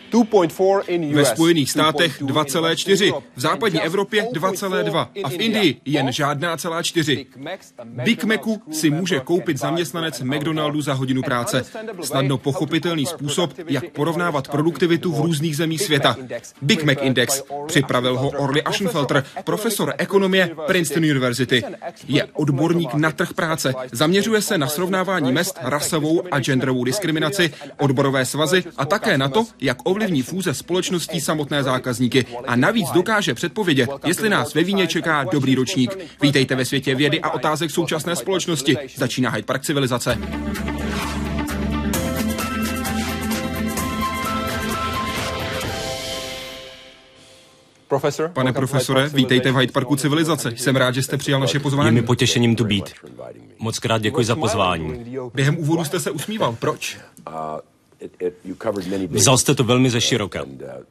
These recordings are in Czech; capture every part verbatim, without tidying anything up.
Ve Spojených státech dva celé čtyři, v západní Evropě dva celé dva a v Indii jen žádná celá čtyři. Big Macu si může koupit zaměstnanec McDonaldu za hodinu práce. Snadno pochopitelný způsob, jak porovnávat produktivitu v různých zemích světa. Big Mac Index. Připravil ho Orly Ashenfelter, profesor ekonomie Princeton University. Je odborník na trh práce. Zaměřuje se na srovnávání mezd, rasovou a genderovou diskriminaci, odborové svazy a také na to, jak ovlivní fúze společností samotné zákazníky. A navíc dokáže předpovědět, jestli nás ve Víně čeká dobrý ročník. Vítejte ve světě vědy a otázek současné společnosti. Začíná Hyde Park civilizace. Pane profesore, vítejte v Hyde Parku civilizace. Jsem rád, že jste přijal naše pozvání. Je mi potěšením tu být. Moc krát děkuji za pozvání. Během úvodu jste se usmíval. Proč? Vzal jste to velmi ze široka.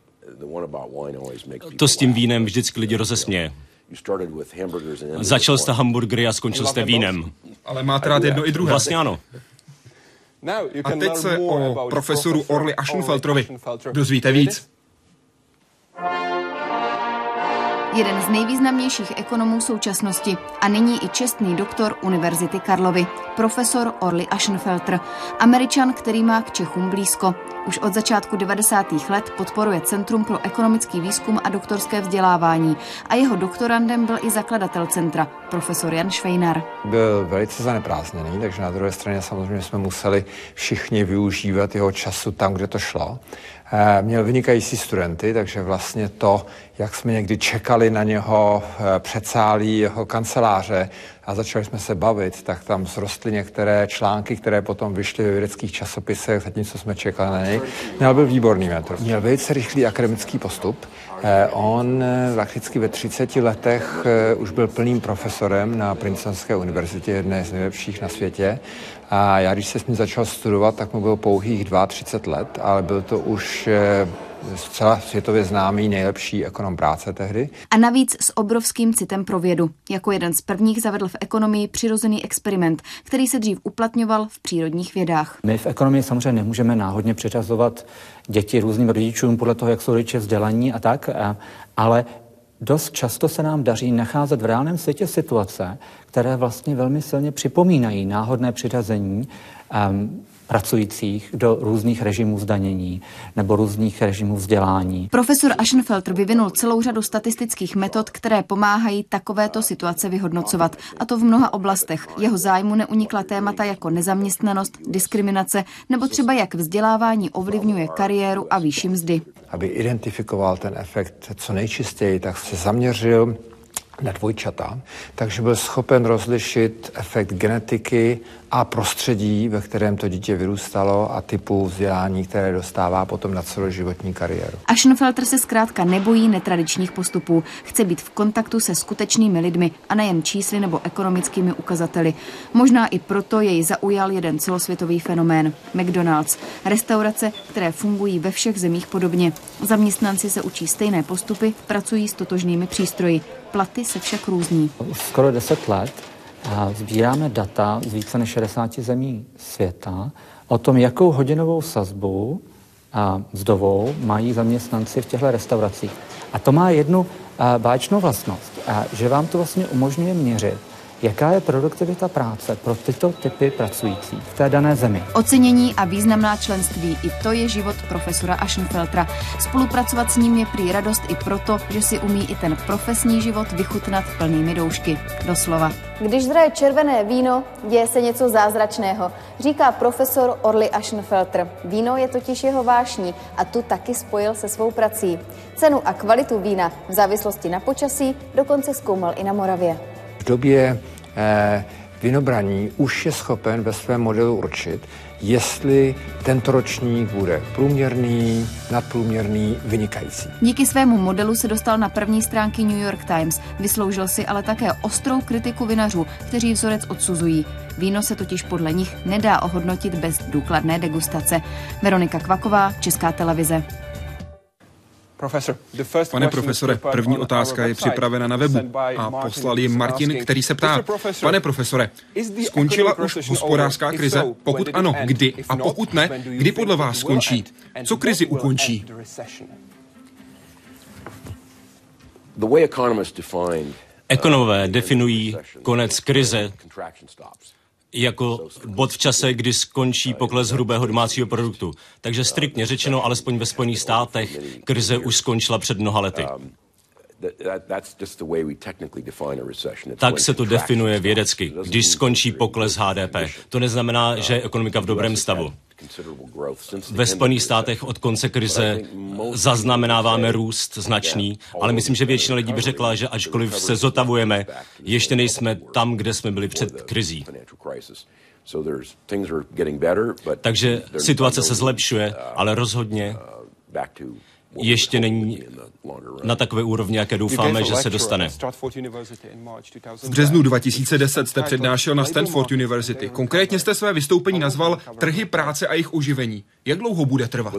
To s tím vínem vždycky lidi rozesměje. Začal jste hamburgery a skončil jste vínem. Ale máte rád jedno i druhé. Vlastně ano. A teď se o profesoru Orly Ashenfelterovi dozvíte víc. Jeden z nejvýznamnějších ekonomů současnosti a nyní i čestný doktor Univerzity Karlovy, profesor Orly Ashenfelter, Američan, který má k Čechům blízko. Už od začátku devadesátých let podporuje Centrum pro ekonomický výzkum a doktorské vzdělávání a jeho doktorandem byl i zakladatel centra, profesor Jan Švejnar. Byl velice zaneprázdněný, takže na druhé straně samozřejmě jsme museli všichni využívat jeho času tam, kde to šlo. Měl vynikající studenty, takže vlastně to, jak jsme někdy čekali na něho před sálí jeho kanceláře a začali jsme se bavit, tak tam zrostly některé články, které potom vyšly ve vědeckých časopisech, zatímco jsme čekali na něj. Měl byl výborný mentor. Měl velice rychlý akademický postup. On prakticky ve třiceti letech už byl plným profesorem na Princetonské univerzitě, jedné z nejlepších na světě. A já, když se s ním začal studovat, tak mu bylo pouhých třicet dva let, ale byl to už zcela světově známý nejlepší ekonom práce tehdy. A navíc s obrovským citem pro vědu. Jako jeden z prvních zavedl v ekonomii přirozený experiment, který se dřív uplatňoval v přírodních vědách. My v ekonomii samozřejmě nemůžeme náhodně přiřazovat děti různým rodičům podle toho, jak jsou rodiče vzdělaní a tak, ale dost často se nám daří nacházet v reálném světě situace, které vlastně velmi silně připomínají náhodné přiřazení um, pracujících do různých režimů zdanění nebo různých režimů vzdělání. Profesor Ashenfelter vyvinul celou řadu statistických metod, které pomáhají takovéto situace vyhodnocovat, a to v mnoha oblastech. Jeho zájmu neunikla témata jako nezaměstnanost, diskriminace nebo třeba jak vzdělávání ovlivňuje kariéru a výši mzdy. Aby identifikoval ten efekt co nejčistěji, tak se zaměřil na dvojčata, takže byl schopen rozlišit efekt genetiky a prostředí, ve kterém to dítě vyrůstalo a typu vzdělání, které dostává potom na celoživotní kariéru. Ashenfelter se zkrátka nebojí netradičních postupů. Chce být v kontaktu se skutečnými lidmi a nejen čísly nebo ekonomickými ukazateli. Možná i proto jej zaujal jeden celosvětový fenomén – McDonald's. Restaurace, které fungují ve všech zemích podobně. Zaměstnanci se učí stejné postupy, pracují s totožnými přístroji. Platy se však různí. Už skoro deset let a sbíráme data z více než šedesáti zemí světa o tom, jakou hodinovou sazbu a mzdovou mají zaměstnanci v těchto restauracích. A to má jednu a, báječnou vlastnost, a, že vám to vlastně umožňuje měřit, jaká je produktivita práce pro tyto typy pracujících v té dané zemi. Ocenění a významná členství, i to je život profesora Ashenfeltera. Spolupracovat s ním je prý radost i proto, že si umí i ten profesní život vychutnat plnými doušky. Doslova. Když zraje červené víno, děje se něco zázračného, říká profesor Orly Ashenfelter. Víno je totiž jeho vášní a tu taky spojil se svou prací. Cenu a kvalitu vína v závislosti na počasí dokonce zkoumal i na Moravě. V době eh, vinobraní už je schopen ve svém modelu určit, jestli tento ročník bude průměrný, nadprůměrný, vynikající. Díky svému modelu se dostal na první stránky New York Times. Vysloužil si ale také ostrou kritiku vinařů, kteří vzorec odsuzují. Víno se totiž podle nich nedá ohodnotit bez důkladné degustace. Veronika Kvaková, Česká televize. Pane profesore, první otázka je připravena na webu a poslal ji Martin, který se ptá. Pane profesore, skončila už hospodářská krize? Pokud ano, kdy? A pokud ne, kdy podle vás skončí? Co krizi ukončí? Ekonomové definují konec krize jako bod v čase, kdy skončí pokles hrubého domácího produktu. Takže striktně řečeno, alespoň ve Spojených státech, krize už skončila před mnoha lety. Tak se to definuje vědecky, když skončí pokles H D P. To neznamená, že je ekonomika v dobrém stavu. Ve Spojených státech od konce krize zaznamenáváme růst značný, ale myslím, že většina lidí by řekla, že ačkoliv se zotavujeme, ještě nejsme tam, kde jsme byli před krizí. Takže situace se zlepšuje, ale rozhodně ještě není na takové úrovni, jaké doufáme, že se dostane. V březnu dva tisíce deset jste přednášel na Stanford University. Konkrétně jste své vystoupení nazval Trhy práce a jejich oživení. Jak dlouho bude trvat?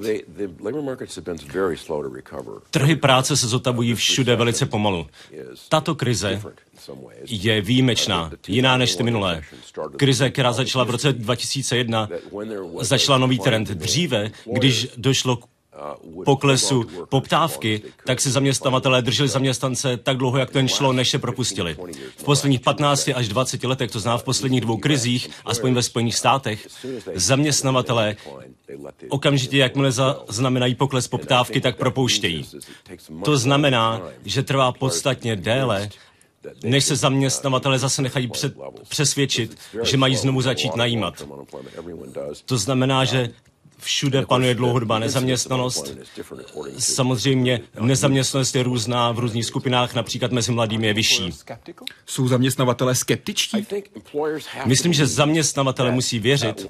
Trhy práce se zotavují všude velice pomalu. Tato krize je výjimečná, jiná než ty minulé. Krize, která začala v roce dva tisíce jedna, začala nový trend. Dříve, když došlo k poklesu poptávky, tak si zaměstnavatelé drželi zaměstnance tak dlouho, jak to jen šlo, než se propustili. V posledních patnácti až dvaceti letech, to znamená v posledních dvou krizích, aspoň ve Spojených státech, zaměstnavatelé okamžitě, jakmile zaznamenají pokles poptávky, tak propouštějí. To znamená, že trvá podstatně déle, než se zaměstnavatelé zase nechají před, přesvědčit, že mají znovu začít najímat. To znamená, že všude panuje dlouhodobá nezaměstnanost. Samozřejmě nezaměstnanost je různá v různých skupinách, například mezi mladými je vyšší. Jsou zaměstnavatelé skeptičtí? Myslím, že zaměstnavatelé musí věřit.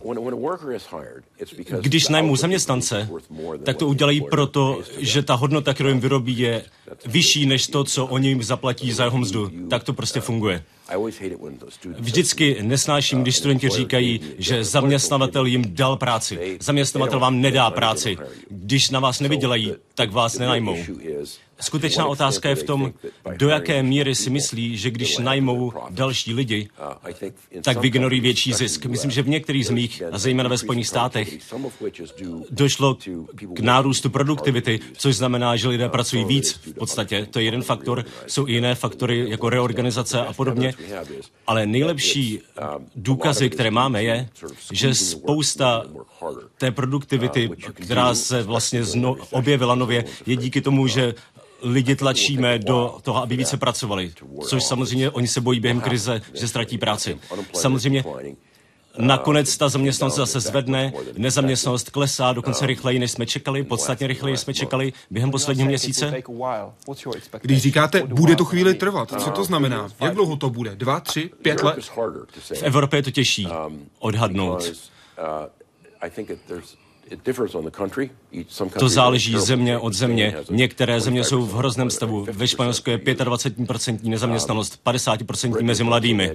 Když najmou zaměstnance, tak to udělají proto, že ta hodnota, kterou jim vyrobí, je vyšší než to, co oni jim zaplatí za jeho mzdu. Tak to prostě funguje. Vždycky nesnáším, když studenti říkají, že zaměstnavatel jim dal práci. Zaměstnavatel vám nedá práci. Když na vás nevydělají, tak vás nenajmou. Skutečná otázka je v tom, do jaké míry si myslí, že když najmou další lidi, tak vygenerují větší zisk. Myslím, že v některých zemích, a zejména ve Spojených státech, došlo k nárůstu produktivity, což znamená, že lidé pracují víc v podstatě. To je jeden faktor. Jsou i jiné faktory, jako reorganizace a podobně. Ale nejlepší důkazy, které máme, je, že spousta té produktivity, která se vlastně zno, objevila nově, je díky tomu, že lidi tlačíme do toho, aby více pracovali. Což samozřejmě oni se bojí během krize, že ztratí práci. Samozřejmě nakonec ta zaměstnanost zase zvedne, nezaměstnanost klesá dokonce rychleji, než jsme čekali, podstatně rychleji, než jsme čekali během posledního měsíce. Když říkáte, bude to chvíli trvat, co to znamená? Jak dlouho to bude? Dva, tři, pět let? V Evropě je to těžší odhadnout. To záleží země od země. Některé země jsou v hrozném stavu. Ve Španělsku je dvacet pět procent nezaměstnanost, padesát procent mezi mladými.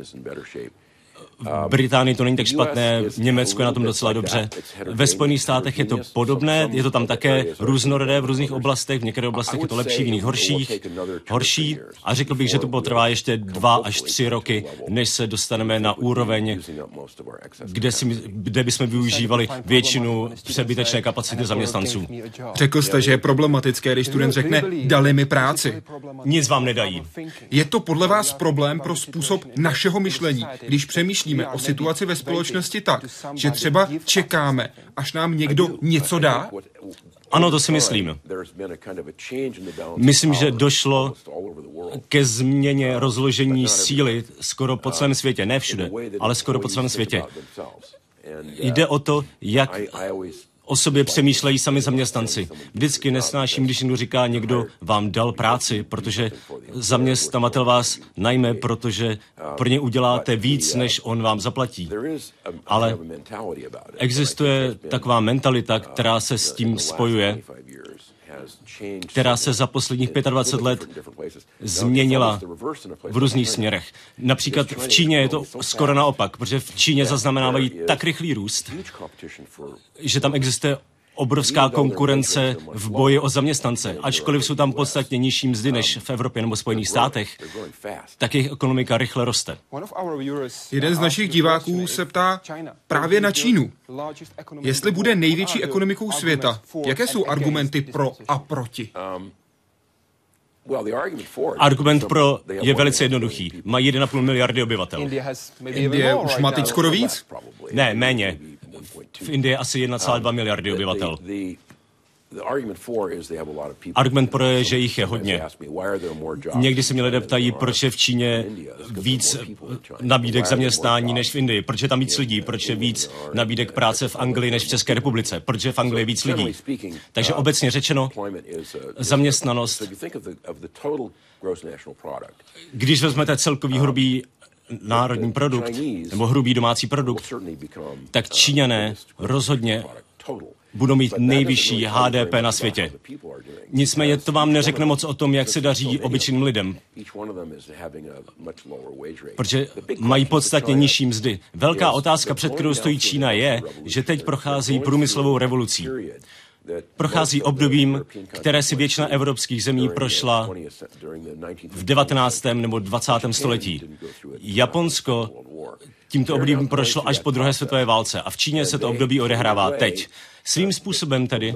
V Británii to není tak špatné, v Německu je na tom docela dobře. Ve Spojených státech je to podobné, je to tam také různorodé v různých oblastech, v některých oblastech je to lepší, v jiných horších, horší a řekl bych, že to potrvá ještě dva až tři roky, než se dostaneme na úroveň, kde, si, kde bychom využívali většinu přebytečné kapacity zaměstnanců. Řekl jste, že je problematické, když student řekne, dali mi práci. Nic vám nedají. Je to podle vás problém pro způsob našeho myšlení, když přemýšlíme o situaci ve společnosti tak, že třeba čekáme, až nám někdo něco dá? Ano, to si myslím. Myslím, že došlo ke změně rozložení síly skoro po celém světě. Ne všude, ale skoro po celém světě. Jde o to, jak o sobě přemýšlejí sami zaměstnanci. Vždycky nesnáším, když někdo říká, někdo vám dal práci, protože zaměstnavatel vás najme, protože pro ně uděláte víc, než on vám zaplatí. Ale existuje taková mentalita, která se s tím spojuje, která se za posledních dvacet pět let změnila v různých směrech. Například v Číně je to skoro naopak, protože v Číně zaznamenávají tak rychlý růst, že tam existuje obrovská konkurence v boji o zaměstnance. Ačkoliv jsou tam podstatně nižší mzdy než v Evropě nebo Spojených státech, tak jejich ekonomika rychle roste. Jeden z našich diváků se ptá právě na Čínu. Jestli bude největší ekonomikou světa, jaké jsou argumenty pro a proti? Argument pro je velice jednoduchý. Mají jedna celá pět miliardy obyvatel. Indie už má teď skoro víc? Ne, méně. V Indii asi jedna celá dva miliardy obyvatel. Argument pro je, že jich je hodně. Někdy se mě lidé ptají, proč je v Číně víc nabídek zaměstnání než v Indii, proč je tam víc lidí, proč je víc nabídek práce v Anglii než v České republice, proč je v Anglii víc lidí. Takže obecně řečeno, zaměstnanost, když vezmete celkový hrubý národní produkt, nebo hrubý domácí produkt, tak Číňané rozhodně budou mít nejvyšší H D P na světě. Nicméně to vám neřekne moc o tom, jak se daří obyčejným lidem, protože mají podstatně nižší mzdy. Velká otázka, před kterou stojí Čína, je, že teď prochází průmyslovou revolucí. Prochází obdobím, které si většina evropských zemí prošla v devatenáctém nebo dvacátém století. Japonsko tímto obdobím prošlo až po druhé světové válce a v Číně se to období odehrává teď. Svým způsobem tedy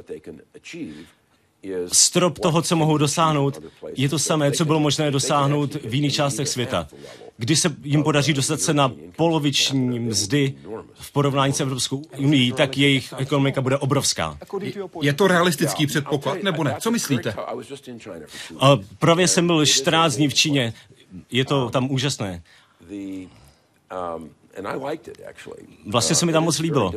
strop toho, co mohou dosáhnout, je to samé, co bylo možné dosáhnout v jiných částech světa. Když se jim podaří dostat se na poloviční mzdy v porovnání s Evropskou unií, tak jejich ekonomika bude obrovská. Je to realistický předpoklad, nebo ne? Co myslíte? A právě jsem byl čtrnáct dní v Číně. Je to tam úžasné. Vlastně se mi tam moc líbilo.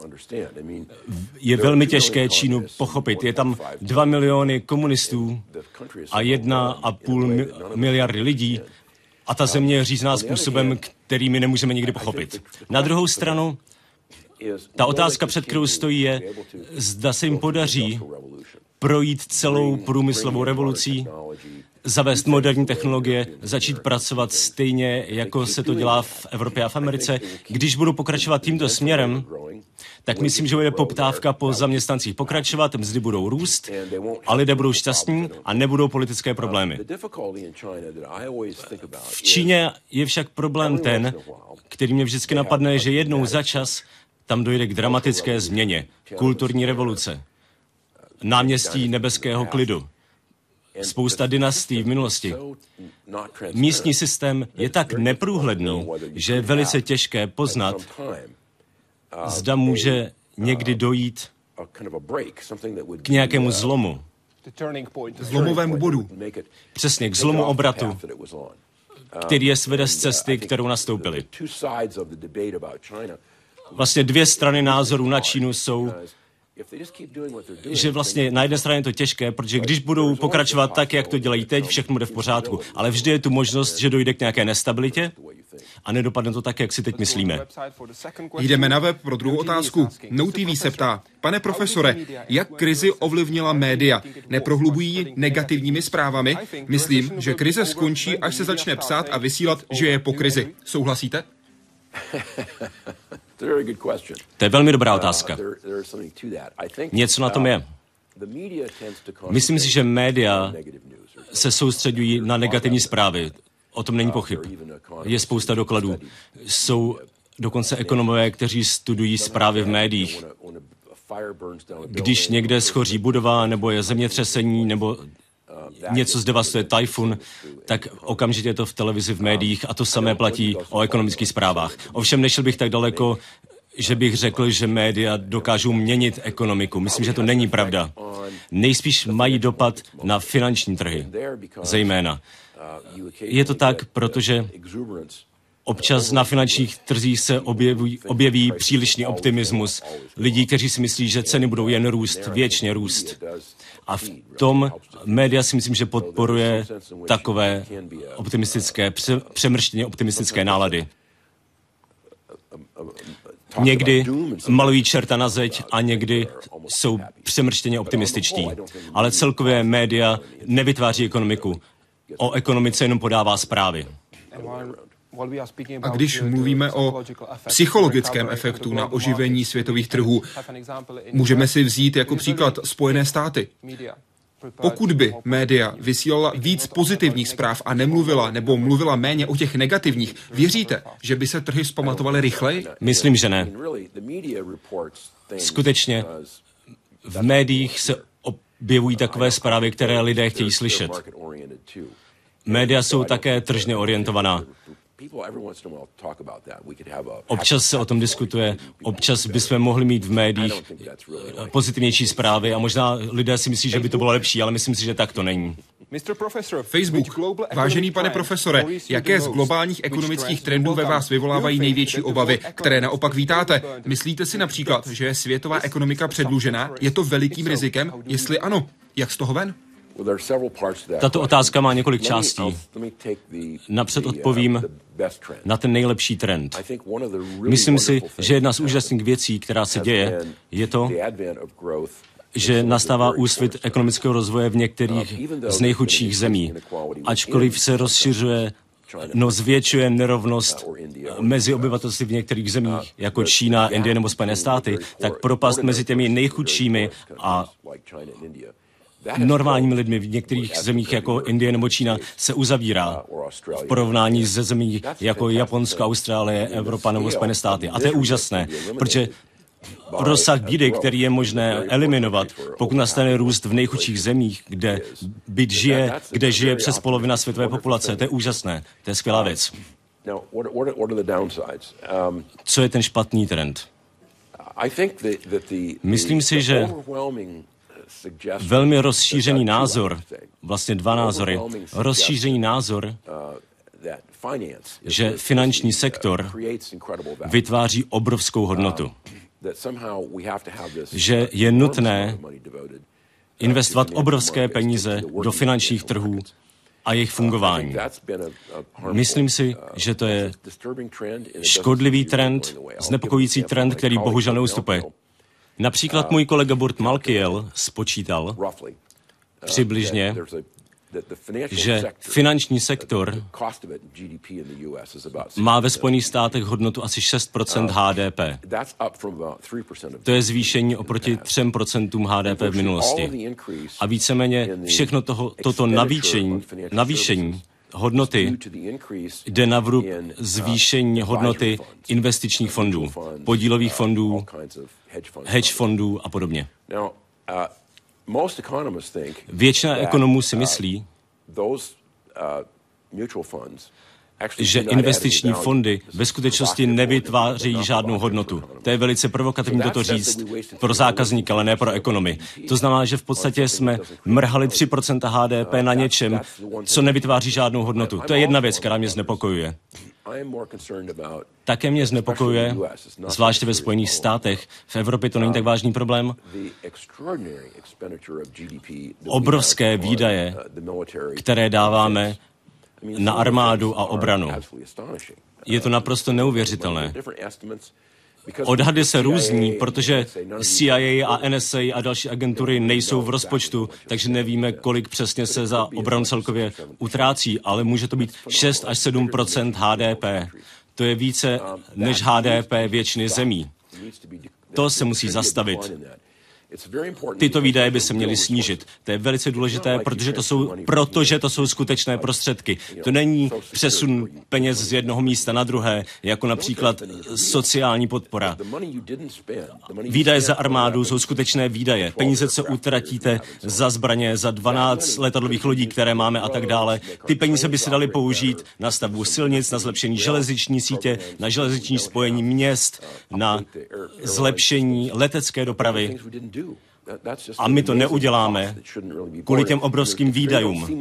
Je velmi těžké Čínu pochopit. Je tam dva miliony komunistů a jedna a půl miliardy lidí a ta země je řízená způsobem, který my nemůžeme nikdy pochopit. Na druhou stranu, ta otázka, před kterou stojí, je, zda se jim podaří projít celou průmyslovou revolucí, zavést moderní technologie, začít pracovat stejně, jako se to dělá v Evropě a v Americe. Když budou pokračovat tímto směrem, tak myslím, že bude poptávka po zaměstnancích pokračovat, mzdy budou růst a lidé budou šťastní a nebudou politické problémy. V Číně je však problém ten, který mě vždycky napadne, že jednou za čas tam dojde k dramatické změně, kulturní revoluce, náměstí nebeského klidu, spousta dynastií v minulosti. Místní systém je tak neprůhledný, že je velice těžké poznat, zda může někdy dojít k nějakému zlomu. Zlomovému bodu. Přesně, k zlomu obratu, který je svede z cesty, kterou nastoupili. Vlastně dvě strany názorů na Čínu jsou, že vlastně na jedné straně je to těžké, protože když budou pokračovat tak, jak to dělají teď, všechno bude v pořádku. Ale vždy je tu možnost, že dojde k nějaké nestabilitě a nedopadne to tak, jak si teď myslíme. Jdeme na web pro druhou otázku. No T V se ptá, pane profesore, jak krizi ovlivnila média? Neprohlubují negativními zprávami? Myslím, že krize skončí, až se začne psát a vysílat, že je po krizi. Souhlasíte? To je velmi dobrá otázka. Něco na tom je. Myslím si, že média se soustředují na negativní zprávy. O tom není pochyb. Je spousta dokladů. Jsou dokonce ekonomové, kteří studují zprávy v médiích. Když někde schoří budova, nebo je zemětřesení, nebo něco zdevastuje tajfun, tak okamžitě je to v televizi, v médiích a to samé platí o ekonomických zprávách. Ovšem nešel bych tak daleko, že bych řekl, že média dokážou měnit ekonomiku. Myslím, že to není pravda. Nejspíš mají dopad na finanční trhy, zejména. Je to tak, protože občas na finančních trzích se objeví, objeví přílišný optimismus lidí, kteří si myslí, že ceny budou jen růst, věčně růst. A v tom média si myslím, že podporuje takové optimistické, pře, přemrštěně optimistické nálady. Někdy malují čerta na zeď a někdy jsou přemrštěně optimističtí. Ale celkově média nevytváří ekonomiku. O ekonomice jenom podává zprávy. A když mluvíme o psychologickém efektu na oživení světových trhů, můžeme si vzít jako příklad Spojené státy. Pokud by média vysílala víc pozitivních zpráv a nemluvila nebo mluvila méně o těch negativních, věříte, že by se trhy zpamatovaly rychleji? Myslím, že ne. Skutečně v médiích se objevují takové zprávy, které lidé chtějí slyšet. Média jsou také tržně orientovaná. Občas se o tom diskutuje, občas bychom mohli mít v médiích pozitivnější zprávy a možná lidé si myslí, že by to bylo lepší, ale myslím si, že tak to není. Facebook. Vážený pane profesore, jaké z globálních ekonomických trendů ve vás vyvolávají největší obavy, které naopak vítáte? Myslíte si například, že je světová ekonomika předlužená? Je to velikým rizikem? Jestli ano, jak z toho ven? Tato otázka má několik částí. Napřed odpovím na ten nejlepší trend. Myslím si, že jedna z úžasných věcí, která se děje, je to, že nastává úsvit ekonomického rozvoje v některých z nejchudších zemí. Ačkoliv se rozšiřuje, no zvětšuje nerovnost mezi obyvatelství v některých zemích, jako Čína, Indie nebo Spojené státy, tak propast mezi těmi nejchudšími a normálními lidmi v některých zemích jako Indie nebo Čína se uzavírá v porovnání se zemí jako Japonsko, Austrálie, Evropa nebo Spojené státy. A to je úžasné, protože rozsah bídy, který je možné eliminovat, pokud nastane růst v nejchudších zemích, kde byt žije, kde žije přes polovina světové populace, to je úžasné, to je skvělá věc. Co je ten špatný trend? Myslím si, že velmi rozšířený názor, vlastně dva názory, rozšířený názor, že finanční sektor vytváří obrovskou hodnotu, že je nutné investovat obrovské peníze do finančních trhů a jejich fungování. Myslím si, že to je škodlivý trend, znepokojící trend, který bohužel neustupuje. Například můj kolega Burt Malkiel spočítal přibližně, že finanční sektor má ve Spojených státech hodnotu asi šest procent H D P. To je zvýšení oproti třem procentům H D P v minulosti. A víceméně všechno toho, toto navýšení, navýšení hodnoty jde na vrub zvýšení hodnoty investičních fondů, podílových fondů, hedge fondů a podobně. Většina ekonomů si myslí, že investiční fondy ve skutečnosti nevytváří žádnou hodnotu. To je velice provokativní toto říct pro zákazníka, ale ne pro ekonomy. To znamená, že v podstatě jsme mrhali tři procenta H D P na něčem, co nevytváří žádnou hodnotu. To je jedna věc, která mě znepokojuje. Také mě znepokojuje, zvláště ve Spojených státech, v Evropě to není tak vážný problém, obrovské výdaje, které dáváme na armádu a obranu. Je to naprosto neuvěřitelné. Odhady se různí, protože C I A a N S A a další agentury nejsou v rozpočtu, takže nevíme, kolik přesně se za obranu celkově utrácí, ale může to být šest až sedm procent H D P. To je více než H D P většiny zemí. To se musí zastavit. Tyto výdaje by se měly snížit. To je velice důležité, protože to jsou, protože to jsou skutečné prostředky. To není přesun peněz z jednoho místa na druhé, jako například sociální podpora. Výdaje za armádu jsou skutečné výdaje. Peníze, co utratíte za zbraně, za dvanáct letadlových lodí, které máme a tak dále. Ty peníze by se daly použít na stavbu silnic, na zlepšení železniční sítě, na železniční spojení měst, na zlepšení letecké dopravy. A my to neuděláme kvůli těm obrovským výdajům.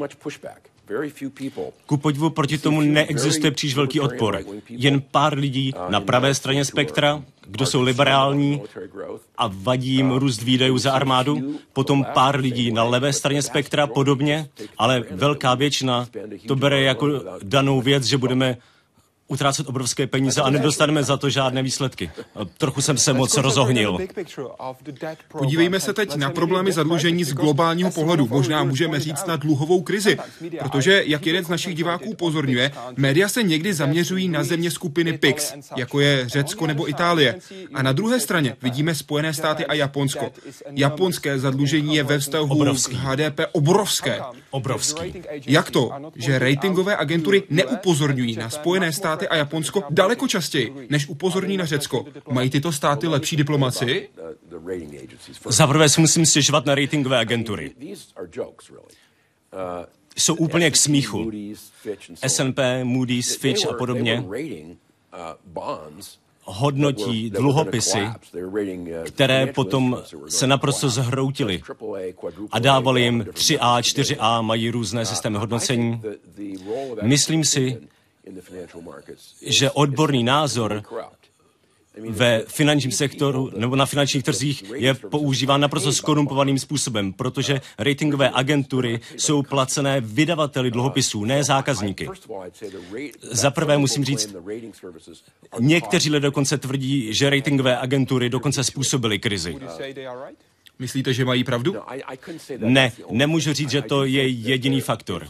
Ku podivu proti tomu neexistuje příliš velký odpor. Jen pár lidí na pravé straně spektra, kdo jsou liberální a vadí jim růst výdajů za armádu, potom pár lidí na levé straně spektra podobně, ale velká většina to bere jako danou věc, že budeme utrácet obrovské peníze a nedostaneme za to žádné výsledky. Trochu jsem se moc rozohnil. Podívejme se teď na problémy zadlužení z globálního pohledu. Možná můžeme říct na dluhovou krizi, protože, jak jeden z našich diváků upozorňuje, média se někdy zaměřují na země skupiny P I X, jako je Řecko nebo Itálie. A na druhé straně vidíme Spojené státy a Japonsko. Japonské zadlužení je ve vztahu obrovský. k H D P obrovské. Obrovský. Jak to, že ratingové agentury neupozorňují na Spojené státy a Japonsko daleko častěji, než upozorní na Řecko? Mají tyto státy lepší diplomacii? Za prvé si musím stěžovat na ratingové agentury. Jsou úplně k smíchu. S and P, Moody's, Fitch a podobně hodnotí dluhopisy, které potom se naprosto zhroutily a dávali jim tři A, čtyři A, mají různé systémy hodnocení. Myslím si, že odborný názor ve finančním sektoru nebo na finančních trzích je používán naprosto skorumpovaným způsobem, protože ratingové agentury jsou placené vydavateli dluhopisů, ne zákazníky. Za prvé musím říct, někteří lidé dokonce tvrdí, že ratingové agentury dokonce způsobily krizi. Myslíte, že mají pravdu? Ne, nemůžu říct, že to je jediný faktor.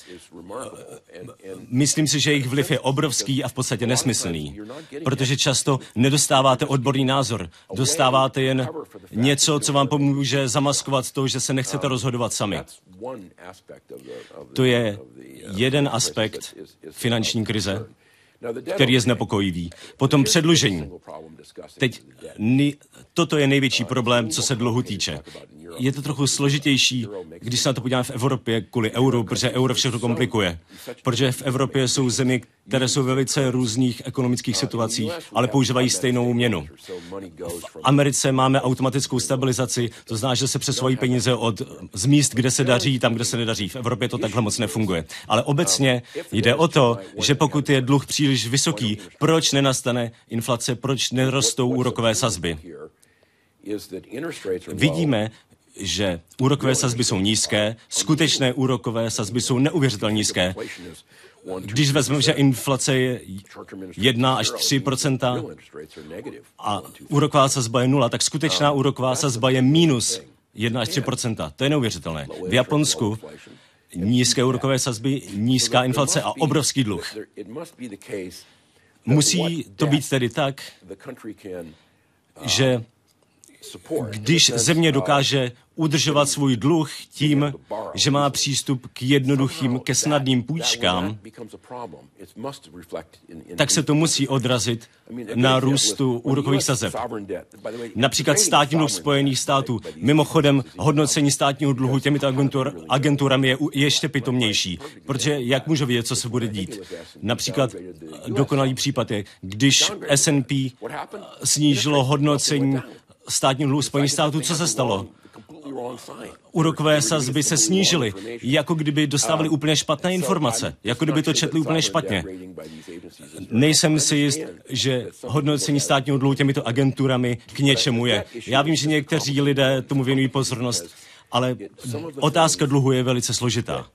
Myslím si, že jejich vliv je obrovský a v podstatě nesmyslný, protože často nedostáváte odborný názor. Dostáváte jen něco, co vám pomůže zamaskovat to, že se nechcete rozhodovat sami. To je jeden aspekt finanční krize, který je znepokojivý. Potom předlužení. Teď ni, toto je největší problém, co se dluhu týče. Je to trochu složitější, když se na to podíváme v Evropě kvůli euru, protože euro všechno komplikuje. Protože v Evropě jsou země, které jsou ve velice různých ekonomických situacích, ale používají stejnou měnu. V Americe máme automatickou stabilizaci, to znamená, že se přesouvají peníze od z míst, kde se daří, tam, kde se nedaří. V Evropě to takhle moc nefunguje. Ale obecně jde o to, že pokud je dluh příliš vysoký, proč nenastane inflace, proč nerostou úrokové sazby? Vidíme, že úrokové sazby jsou nízké, skutečné úrokové sazby jsou neuvěřitelně nízké. Když vezmeme, že inflace je jedna až tři procenta a úroková sazba je nula, tak skutečná úroková sazba je minus jedna až tři procenta. To je neuvěřitelné. V Japonsku nízké úrokové sazby, nízká inflace a obrovský dluh. Musí to být tedy tak, že když země dokáže udržovat svůj dluh tím, že má přístup k jednoduchým, ke snadným půjčkám, tak se to musí odrazit na růstu úrokových sazeb. Například státní dluh Spojených států. Mimochodem, hodnocení státního dluhu těmito agentur, agenturami je ještě pitomnější, protože jak můžu vědět, co se bude dít? Například dokonalý případ je, když S and P snížilo hodnocení státního dluhu Spojených států, co se stalo? Úrokové sazby se snížily, jako kdyby dostávali úplně špatné informace, jako kdyby to četli úplně špatně. Nejsem si jist, že hodnocení státního dluhu těmito agenturami k něčemu je. Já vím, že někteří lidé tomu věnují pozornost, ale otázka dluhu je velice složitá.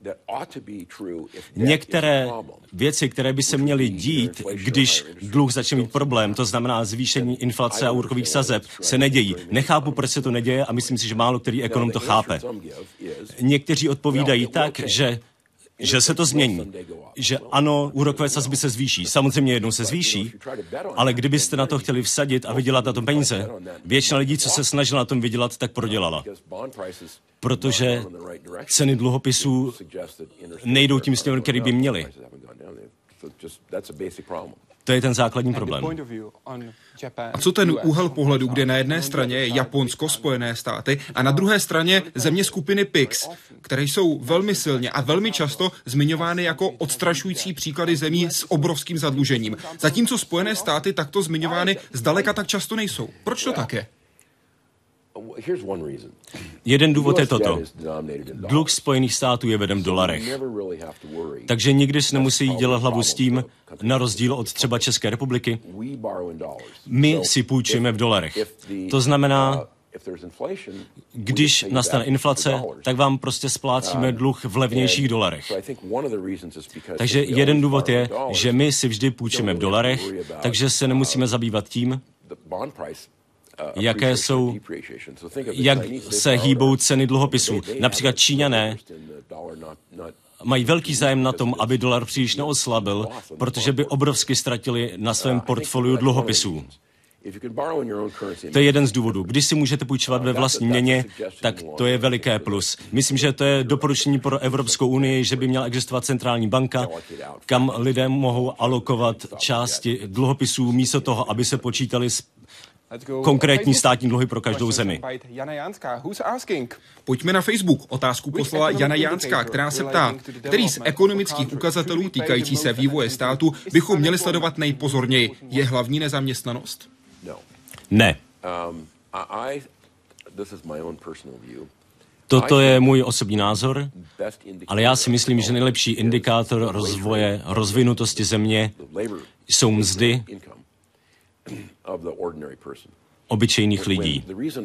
Některé věci, které by se měly dít, když dluh začne mít problém, to znamená zvýšení inflace a úrokových sazeb, se nedějí. Nechápu, proč se to neděje a myslím si, že málo který ekonom to chápe. Někteří odpovídají tak, že že se to změní, že ano, úrokové sazby se zvýší. Samozřejmě jednou se zvýší, ale kdybyste na to chtěli vsadit a vydělat na tom peníze, většina lidí, co se snažila na tom vydělat, tak prodělala. Protože ceny dluhopisů nejdou tím směrem, který by měly. To je ten základní problém. A co ten úhel pohledu, kde na jedné straně je Japonsko, Spojené státy a na druhé straně země skupiny P I X, které jsou velmi silně a velmi často zmiňovány jako odstrašující příklady zemí s obrovským zadlužením. Zatímco Spojené státy takto zmiňovány zdaleka tak často nejsou. Proč to tak je? Jeden důvod je toto. Dluh Spojených států je veden v dolarech. Takže nikdy si nemusí dělat hlavu s tím, na rozdíl od třeba České republiky, my si půjčíme v dolarech. To znamená, Když nastane inflace, tak vám prostě splácíme dluh v levnějších dolarech. Takže jeden důvod je, že my si vždy půjčíme v dolarech, takže se nemusíme zabývat tím, jaké jsou, jak se hýbou ceny dluhopisů. Například Číňané mají velký zájem na tom, aby dolar příliš neoslabil, protože by obrovsky ztratili na svém portfoliu dluhopisů. To je jeden z důvodů. Když si můžete půjčovat ve vlastní měně, tak to je veliké plus. Myslím, že to je doporučení pro Evropskou unii, že by měla existovat centrální banka, kam lidé mohou alokovat části dluhopisů místo toho, aby se počítali s konkrétní státní dluhy pro každou zemi. Pojďme na Facebook. Otázku poslala Jana Jánská, která se ptá, který z ekonomických ukazatelů týkající se vývoje státu bychom měli sledovat nejpozorněji. Je hlavní nezaměstnanost? Ne. Toto je můj osobní názor, ale já si myslím, že nejlepší indikátor rozvoje, rozvinutosti země jsou mzdy obyčejných lidí.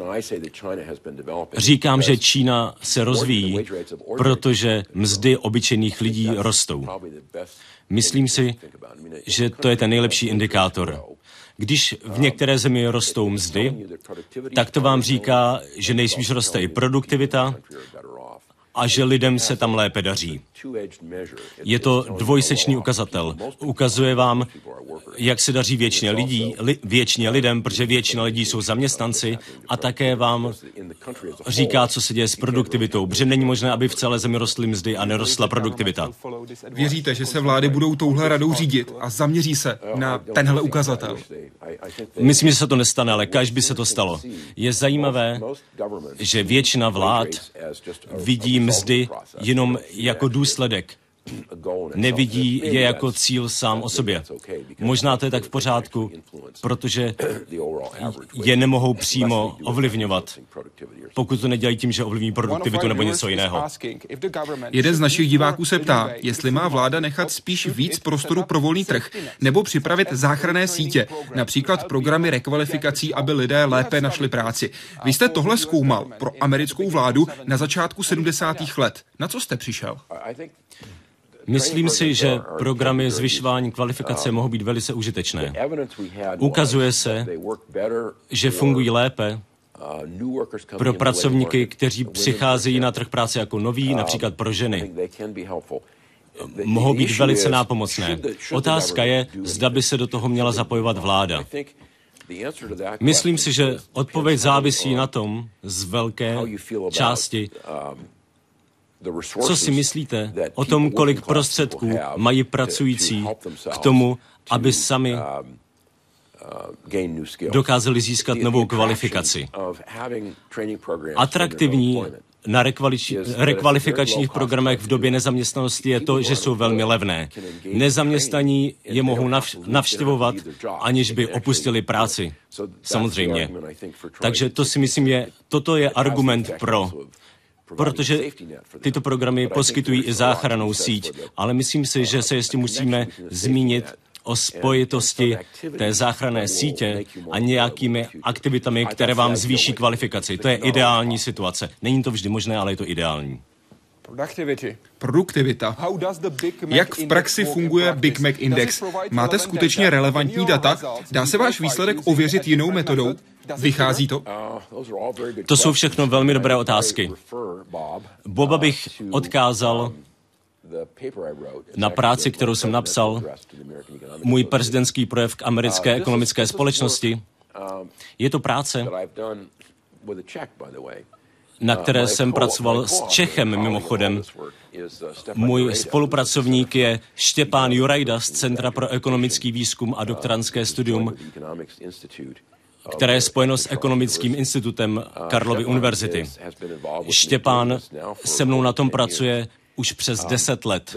Říkám, že Čína se rozvíjí, protože mzdy obyčejných lidí rostou. Myslím si, že to je ten nejlepší indikátor. Když v některé zemi rostou mzdy, tak to vám říká, že nejspíš roste i produktivita a že lidem se tam lépe daří. Je to dvojsečný ukazatel. Ukazuje vám, jak se daří většině lidí, li, většině lidem, protože většina lidí jsou zaměstnanci, a také vám říká, co se děje s produktivitou, protože není možné, aby v celé zemi rostly mzdy a nerostla produktivita. Věříte, že se vlády budou touhle radou řídit a zaměří se na tenhle ukazatel? Myslím, že se to nestane, ale kaž by se to stalo. Je zajímavé, že většina vlád vidí mzdy jenom jako důsledek. Nevidí je jako cíl sám o sobě. Možná to je tak v pořádku, protože je nemohou přímo ovlivňovat, pokud to nedělají tím, že ovlivní produktivitu nebo něco jiného. Jeden z našich diváků se ptá, jestli má vláda nechat spíš víc prostoru pro volný trh, nebo připravit záchranné sítě, například programy rekvalifikací, aby lidé lépe našli práci. Vy jste tohle zkoumal pro americkou vládu na začátku sedmdesátých let. Na co jste přišel? Myslím si, že programy zvyšování kvalifikace mohou být velice užitečné. Ukazuje se, že fungují lépe pro pracovníky, kteří přicházejí na trh práce jako noví, například pro ženy. Mohou být velice nápomocné. Otázka je, zda by se do toho měla zapojovat vláda. Myslím si, že odpověď závisí na tom z velké části, co si myslíte o tom, kolik prostředků mají pracující k tomu, aby sami dokázali získat novou kvalifikaci. Atraktivní na rekvalifikačních programech v době nezaměstnanosti je to, že jsou velmi levné. Nezaměstnaní je mohou navštěvovat, aniž by opustili práci. Samozřejmě. Takže to si myslím, je, toto je argument pro, protože tyto programy poskytují i záchrannou síť, ale myslím si, že se ještě musíme zmínit o spojitosti té záchranné sítě a nějakými aktivitami, které vám zvýší kvalifikaci. To je ideální situace. Není to vždy možné, ale je to ideální. Produktivita. Jak v praxi funguje Big Mac Index? Máte skutečně relevantní data? Dá se váš výsledek ověřit jinou metodou? Vychází to? To jsou všechno velmi dobré otázky. Boba bych odkázal na práci, kterou jsem napsal, můj prezidentský projev k americké ekonomické společnosti. Je to práce, na které jsem pracoval s Čechem mimochodem. Můj spolupracovník je Štěpán Jurajda z Centra pro ekonomický výzkum a doktorandské studium, které je spojeno s ekonomickým institutem Karlovy univerzity. Štěpán se mnou na tom pracuje už přes deset let.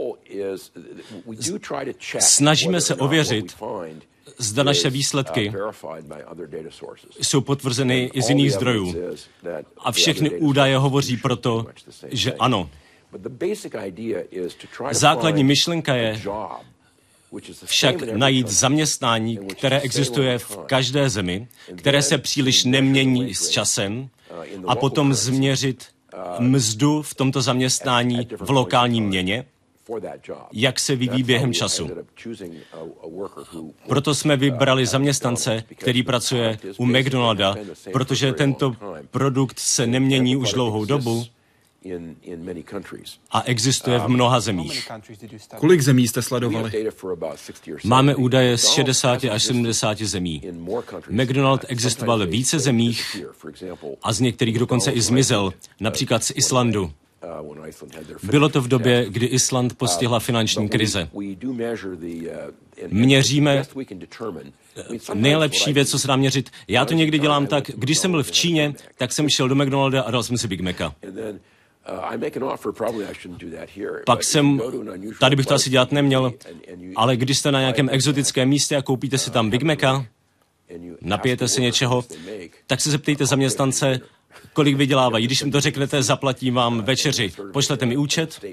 Snažíme se ověřit, zda naše výsledky jsou potvrzeny i z jiných zdrojů. A všechny údaje hovoří proto, že ano. Základní myšlenka je však najít zaměstnání, které existuje v každé zemi, které se příliš nemění s časem, a potom změřit mzdu v tomto zaměstnání v lokální měně, jak se vyvíjí během času. Proto jsme vybrali zaměstnance, který pracuje u McDonalda, protože tento produkt se nemění už dlouhou dobu a existuje v mnoha zemích. Kolik zemí jste sledovali? Máme údaje z šedesáti až sedmdesáti zemí. McDonald existoval ve více zemích a z některých dokonce i zmizel, například z Islandu. Bylo to v době, kdy Island postihla finanční krize. Měříme nejlepší věc, co se dá měřit. Já to někdy dělám tak, když jsem byl v Číně, tak jsem šel do McDonalda a dal jsem si Big Maca. Pak jsem, tady bych to asi dělat neměl, ale když jste na nějakém exotickém místě a koupíte si tam Big Maca, napijete si něčeho, tak se zeptejte zaměstnance, kolik vydělávají. Když mi to řeknete, zaplatím vám večeři. Pošlete mi účet.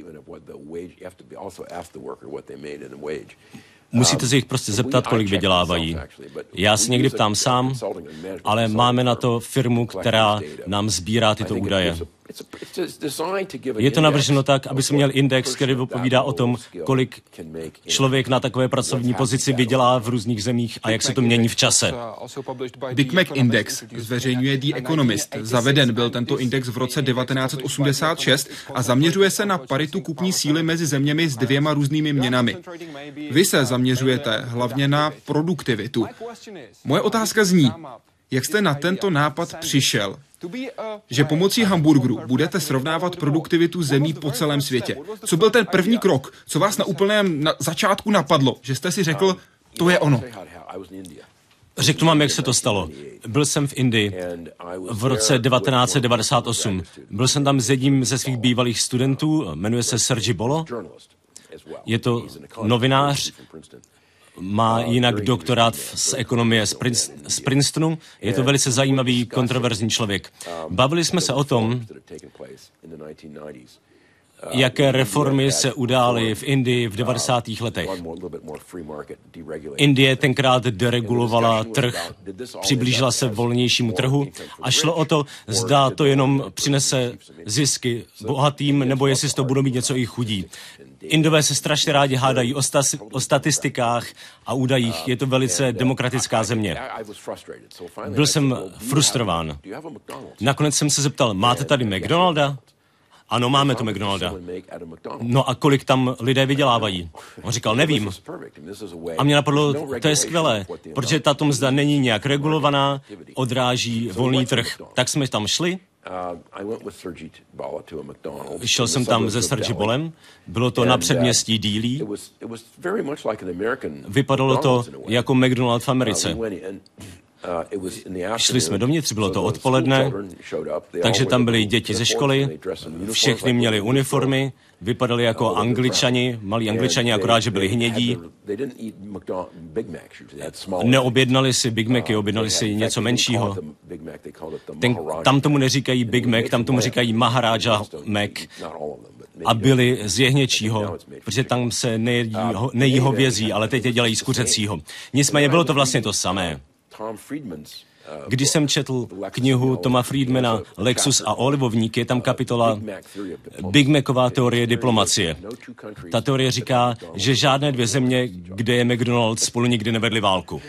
Musíte se jich prostě zeptat, kolik vydělávají. Já se někdy ptám sám, ale máme na to firmu, která nám sbírá tyto údaje. Je to navrženo tak, aby se měl index, který vypovídá o tom, kolik člověk na takové pracovní pozici vydělá v různých zemích a jak se to mění v čase. Big Mac Index zveřejňuje The Economist. Zaveden byl tento index v roce devatenáct set osmdesát šest a zaměřuje se na paritu kupní síly mezi zeměmi s dvěma různými měnami. Vy se zaměřujete hlavně na produktivitu. Moje otázka zní, jak jste na tento nápad přišel? Že pomocí hamburgeru budete srovnávat produktivitu zemí po celém světě. Co byl ten první krok? Co vás na úplném na začátku napadlo? Že jste si řekl, to je ono. Řeknu vám, jak se to stalo. Byl jsem v Indii v roce devatenáct set devadesát osm. Byl jsem tam s jedním ze svých bývalých studentů, jmenuje se Sergi Bolo. Je to novinář, má jinak doktorát z ekonomie z, Prince, z Princetonu. Je to velice zajímavý, kontroverzní člověk. Bavili jsme se o tom, jaké reformy se udály v Indii v devadesátých letech. Indie tenkrát deregulovala trh, přiblížila se volnějšímu trhu a šlo o to, zda to jenom přinese zisky bohatým, nebo jestli z toho budou mít něco i chudí. Indové se strašně rádi hádají o, stas- o statistikách a údajích. Je to velice demokratická země. Byl jsem frustrován. Nakonec jsem se zeptal, máte tady McDonalda? Ano, máme tu McDonalda. No a kolik tam lidé vydělávají? On říkal, nevím. A mě napadlo, to je skvělé, protože tato mzda není nějak regulovaná, odráží volný trh. Tak jsme tam šli. Šel jsem tam se Sergi Bolem, bylo to na předměstí Dealey. Vypadalo to jako McDonald v Americe. Šli jsme dovnitř, bylo to odpoledne, takže tam byly děti ze školy, všechny měli uniformy, vypadali jako Angličani, malí Angličani, akorát, že byli hnědí. Neobjednali si Big Macy, objednali si něco menšího. Ten, tam tomu neříkají Big Mac, tam tomu říkají Maharaja Mac. A byli z jehněčího, protože tam se nejí, nejí hovězí, ale teď je dělají z kuřecího. Nicméně bylo to vlastně to samé. Když jsem četl knihu Toma Friedmana Lexus a olivovník, je tam kapitola Big Macová teorie diplomacie. Ta teorie říká, že žádné dvě země, kde je McDonald's, spolu nikdy nevedly válku.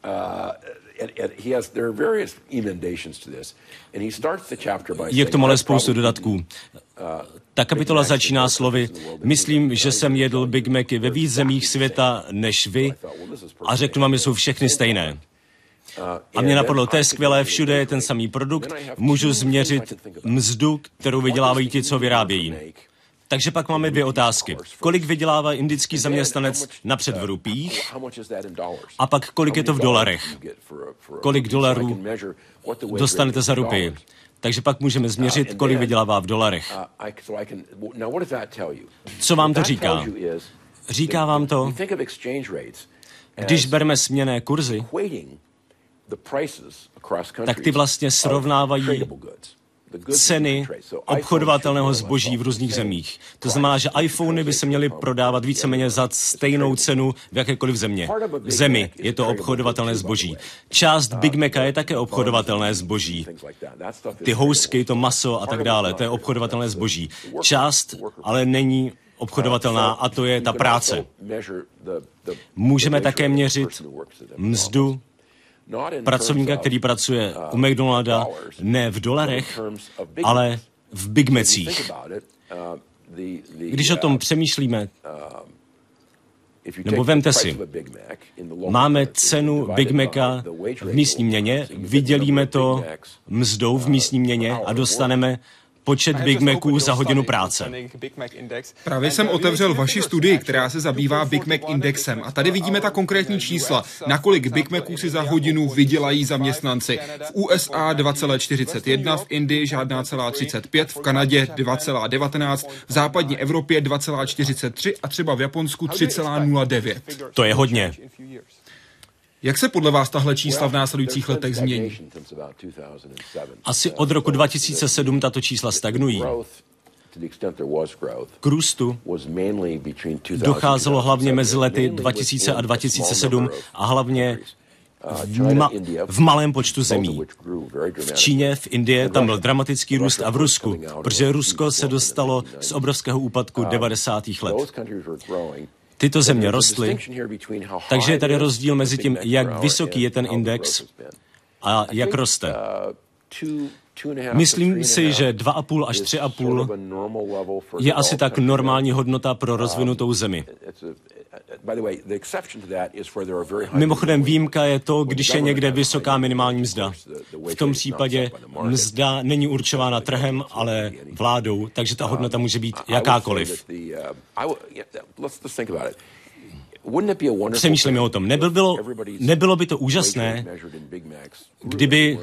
Je k tomu ale spoustu dodatků. Ta kapitola začíná slovy, myslím, že jsem jedl Big Macy ve víc zemích světa než vy a řeknu vám, že jsou všechny stejné. A mě napadlo, to je skvělé, všude je ten samý produkt, můžu změřit mzdu, kterou vydělávají ti, co vyrábějí. Takže pak máme dvě otázky. Kolik vydělává indický zaměstnanec napřed v rupích a pak kolik je to v dolarech? Kolik dolarů dostanete za rupii? Takže pak můžeme změřit, kolik vydělává v dolarech. Co vám to říká? Říká vám to, když bereme směnné kurzy, tak ty vlastně srovnávají ceny obchodovatelného zboží v různých zemích. To znamená, že iPhony by se měly prodávat víceméně za stejnou cenu v jakékoliv země. V zemi je to obchodovatelné zboží. Část Big Maca je také obchodovatelné zboží. Ty housky, to maso a tak dále, to je obchodovatelné zboží. Část ale není obchodovatelná a to je ta práce. Můžeme také měřit mzdu pracovníka, který pracuje u McDonalda, ne v dolarech, ale v Big Macích. Když o tom přemýšlíme, nebo vemte si, máme cenu Big Maca v místní měně, vydělíme to mzdou v místní měně a dostaneme počet Big Maců za hodinu práce. Právě jsem otevřel vaši studii, která se zabývá Big Mac indexem a tady vidíme ta konkrétní čísla, nakolik Big Maců si za hodinu vydělají zaměstnanci. V U S A dva celá čtyřicet jedna, v Indii žádná celá třicet pět, v Kanadě dva celá devatenáct, v západní Evropě dva celá čtyřicet tři a třeba v Japonsku tři celá nula devět. To je hodně. Jak se podle vás tahle čísla v následujících letech změní? Asi od roku dva tisíce sedm tato čísla stagnují. K růstu docházelo hlavně mezi lety dva tisíce a dva tisíce sedm a hlavně v, ma- v malém počtu zemí. V Číně, v Indii tam byl dramatický růst a v Rusku, protože Rusko se dostalo z obrovského úpadku devadesátých let. Tyto země rostly, takže je tady rozdíl mezi tím, jak vysoký je ten index a jak roste. Myslím si, že dva a půl až tři a půl je asi tak normální hodnota pro rozvinutou zemi. Mimochodem výjimka je to, když je někde vysoká minimální mzda. V tom případě mzda není určována trhem, ale vládou, takže ta hodnota může být jakákoliv. Přemýšlíme o tom. Nebylo, bylo, nebylo by to úžasné, kdyby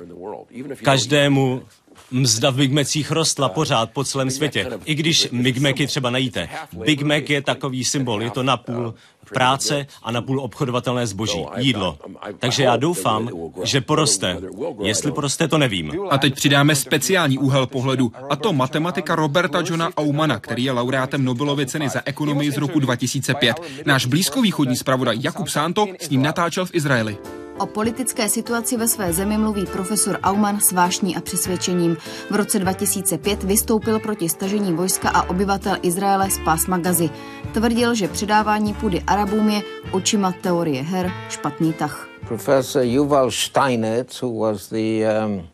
každému mzda v Big Macích rostla pořád po celém světě. I když Big Macy třeba najíte. Big Mac je takový symbol, je to napůl práce a napůl obchodovatelné zboží, jídlo. Takže já doufám, že poroste. Jestli poroste, to nevím. A teď přidáme speciální úhel pohledu, a to matematika Roberta Johna Aumana, který je laureátem Nobelovy ceny za ekonomii z roku dva tisíce pět. Náš blízkovýchodní zpravodaj Jakub Sánto s ním natáčel v Izraeli. O politické situaci ve své zemi mluví profesor Auman s vášní a přesvědčením. V roce dva tisíce pět vystoupil proti stažení vojska a obyvatel Izraele z pásma Gazy. Tvrdil, že předávání půdy Arabům je očima teorie her špatný tah. Professor Yuval Steinitz, who was the um,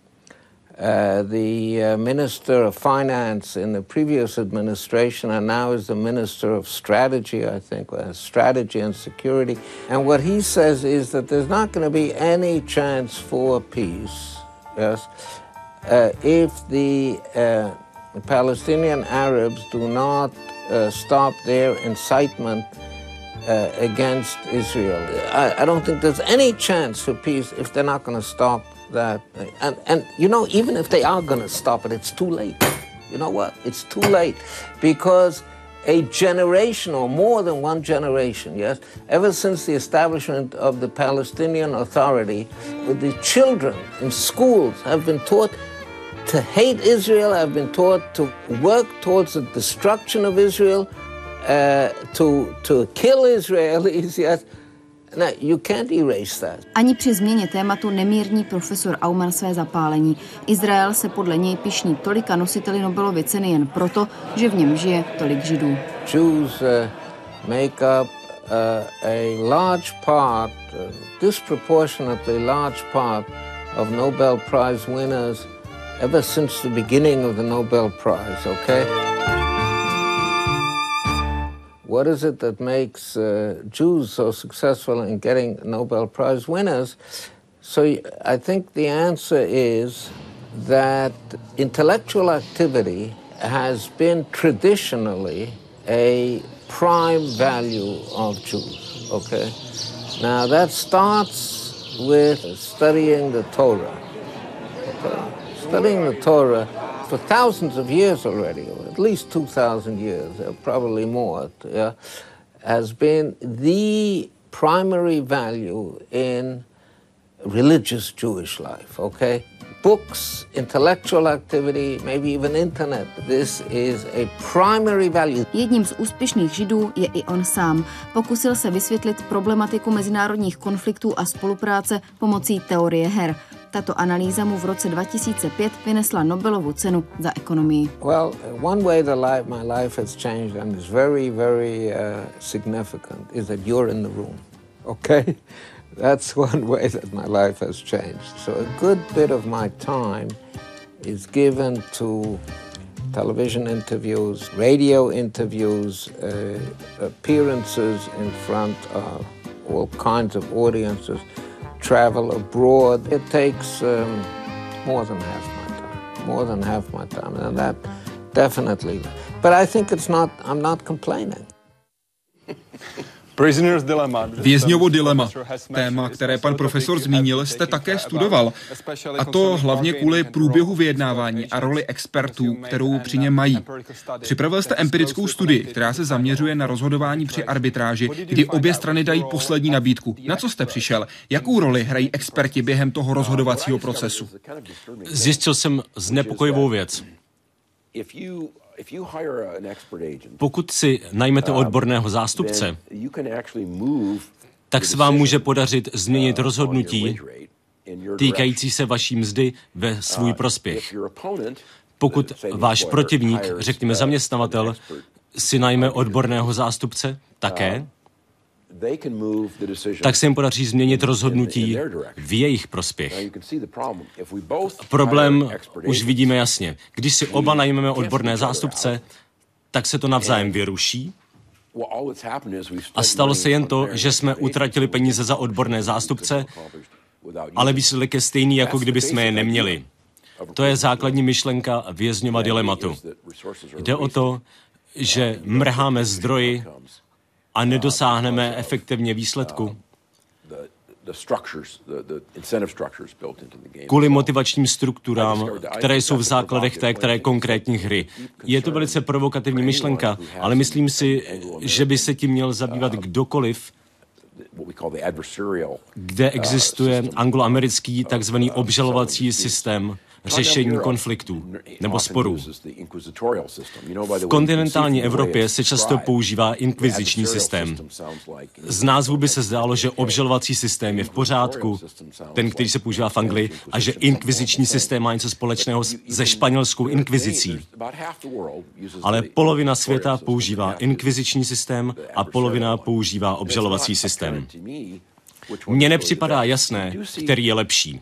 uh, the uh, Minister of Finance in the previous administration and now is the Minister of Strategy, I think, uh, Strategy and Security. And what he says is that there's not going to be any chance for peace, yes, uh, if the uh, Palestinian Arabs do not uh, stop their incitement uh, against Israel. I, I don't think there's any chance for peace if they're not going to stop that. And, and, you know, even if they are going to stop it, it's too late. You know what? It's too late because a generation or more than one generation, yes, ever since the establishment of the Palestinian Authority, the children in schools have been taught to hate Israel, have been taught to work towards the destruction of Israel, uh, to, to kill Israelis, yes. No, you can't erase that. Ani při změně tématu nemírní profesor Auman své zapálení. Izrael se podle něj pyšní tolika nositeli Nobelovy ceny jen proto, že v něm žije tolik Židů. Jews uh, make up uh, a large part, uh, disproportionately large part of Nobel Prize winners ever since the beginning of the Nobel Prize, okay? What is it that makes uh, Jews so successful in getting Nobel Prize winners? So I think the answer is that intellectual activity has been traditionally a prime value of Jews, okay? Now that starts with studying the Torah, okay? Studying the Torah for thousands of years already, or at least two thousand years, probably more, yeah, has been the primary value in religious Jewish life, okay? books, intellectual activity, maybe even internet. This is a primary value. Jedním z úspěšných Židů je i on sám. Pokusil se vysvětlit problematiku mezinárodních konfliktů a spolupráce pomocí teorie her. Tato analýza mu v roce dva tisíce pět vynesla Nobelovu cenu za ekonomii. Well, one way that life, my life has changed and is very, very uh, significant is that you're in the room. Okay? That's one way that my life has changed. So a good bit of my time is given to television interviews, radio interviews, uh, appearances in front of all kinds of audiences, travel abroad. It takes um, more than half my time, more than half my time, and that definitely. But I think it's not, I'm not complaining. Vězňovo dilema. Téma, které pan profesor zmínil, jste také studoval. A to hlavně kvůli průběhu vyjednávání a roli expertů, kterou při něm mají. Připravil jste empirickou studii, která se zaměřuje na rozhodování při arbitráži, kdy obě strany dají poslední nabídku. Na co jste přišel? Jakou roli hrají experti během toho rozhodovacího procesu? Zjistil jsem znepokojivou věc. Pokud si najmete odborného zástupce, tak se vám může podařit změnit rozhodnutí týkající se vaší mzdy ve svůj prospěch. Pokud váš protivník, řekněme zaměstnavatel, si najme odborného zástupce také, tak se jim podaří změnit rozhodnutí v jejich prospěch. Problém už vidíme jasně. Když si oba najmeme odborné zástupce, tak se to navzájem vyruší. A stalo se jen to, že jsme utratili peníze za odborné zástupce, ale výsledek je stejný, jako kdyby jsme je neměli. To je základní myšlenka Vězňova dilematu. Jde o to, že mrháme zdroji a nedosáhneme efektivně výsledku. Kvůli motivačním strukturám, které jsou v základech té které konkrétní hry. Je to velice provokativní myšlenka, ale myslím si, že by se tím měl zabývat kdokoliv, kde existuje angloamerický takzvaný obžalovací systém řešení konfliktů nebo sporů. V kontinentální Evropě se často používá inkviziční systém. Z názvu by se zdálo, že obžalovací systém je v pořádku, ten, který se používá v Anglii, a že inkviziční systém má něco společného se španělskou inkvizicí. Ale polovina světa používá inkviziční systém a polovina používá obžalovací systém. Mně nepřipadá jasné, který je lepší.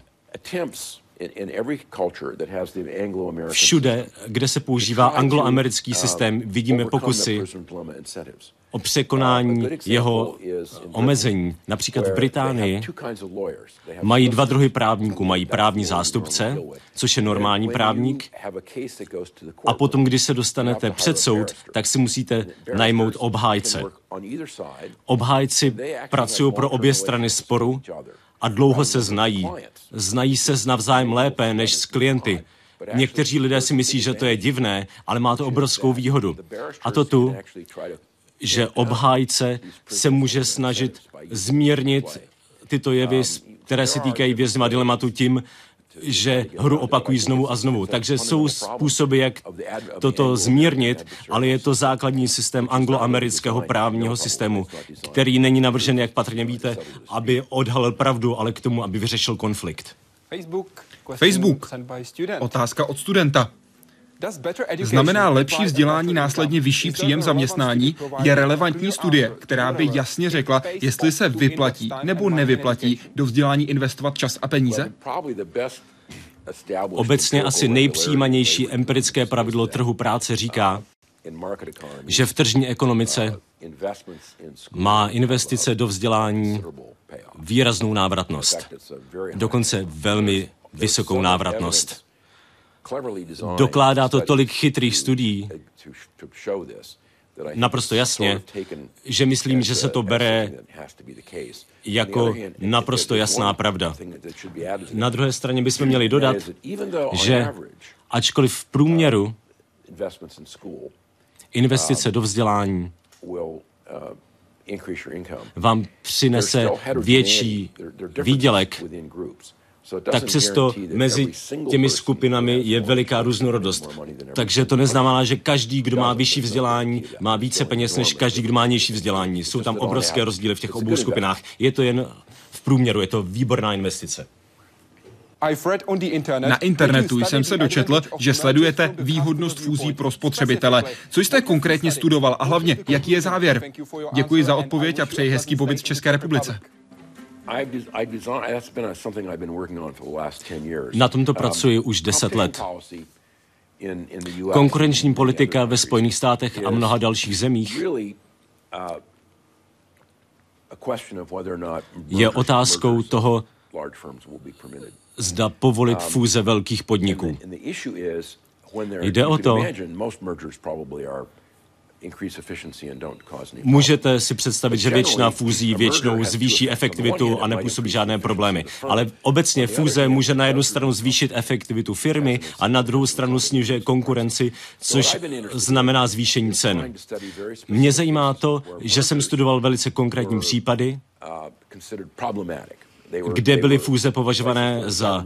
Všude, kde se používá angloamerický systém, vidíme pokusy o překonání jeho omezení. Například v Británii mají dva druhy právníků. Mají právní zástupce, což je normální právník, a potom, když se dostanete před soud, tak si musíte najmout obhájce. Obhájci pracují pro obě strany sporu a dlouho se znají. Znají se navzájem lépe než s klienty. Někteří lidé si myslí, že to je divné, ale má to obrovskou výhodu. A to tu, že obhájce se může snažit zmírnit tyto jevy, které se týkají Vězňova dilematu tím, že hru opakují znovu a znovu. Takže jsou způsoby, jak toto zmírnit, ale je to základní systém angloamerického právního systému, který není navržen, jak patrně víte, aby odhalil pravdu, ale k tomu, aby vyřešil konflikt. Facebook. Otázka od studenta. Znamená lepší vzdělání následně vyšší příjem zaměstnání? Je relevantní studie, která by jasně řekla, jestli se vyplatí nebo nevyplatí do vzdělání investovat čas a peníze? Obecně asi nejpřijímanější empirické pravidlo trhu práce říká, že v tržní ekonomice má investice do vzdělání výraznou návratnost. Dokonce velmi vysokou návratnost. Dokládá to tolik chytrých studií naprosto jasně, že myslím, že se to bere jako naprosto jasná pravda. Na druhé straně bychom měli dodat, že ačkoliv v průměru investice do vzdělání vám přinese větší výdělek, tak přesto mezi těmi skupinami je veliká různorodost. Takže to neznamená, že každý, kdo má vyšší vzdělání, má více peněz než každý, kdo má nižší vzdělání. Jsou tam obrovské rozdíly v těch obou skupinách. Je to jen v průměru, je to výborná investice. Na internetu jsem se dočetl, že sledujete výhodnost fúzí pro spotřebitele. Co jste konkrétně studoval a hlavně, jaký je závěr? Děkuji za odpověď a přeji hezký pobyt v České republice. Na tomto pracuji už deset let. Konkurenční politika ve Spojených státech a mnoha dalších zemích je otázkou toho, zda povolit fúze velkých podniků. Jde o to, můžete si představit, že většina fúzí většinou zvýší efektivitu a nepůsobí žádné problémy. Ale obecně fúze může na jednu stranu zvýšit efektivitu firmy a na druhou stranu snižuje konkurenci, což znamená zvýšení cen. Mě zajímá to, že jsem studoval velice konkrétní případy, kde byly fúze považované za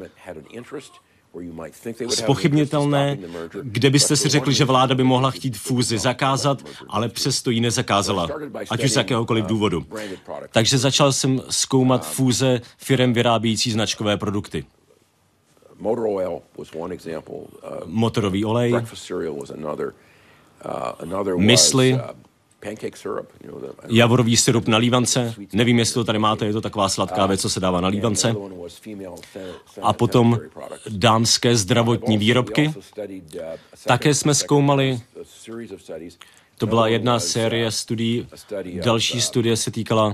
zpochybnitelné, kde byste si řekli, že vláda by mohla chtít fúzi zakázat, ale přesto ji nezakázala, ať už z jakéhokoliv důvodu. Takže začal jsem zkoumat fúze firem vyrábějící značkové produkty. Motorový olej, mysli, javorový syrup na lívance, nevím, jestli to tady máte, je to taková sladká věc, co se dává na lívance. A potom dámské zdravotní výrobky. Také jsme zkoumali, to byla jedna série studií, další studie se týkala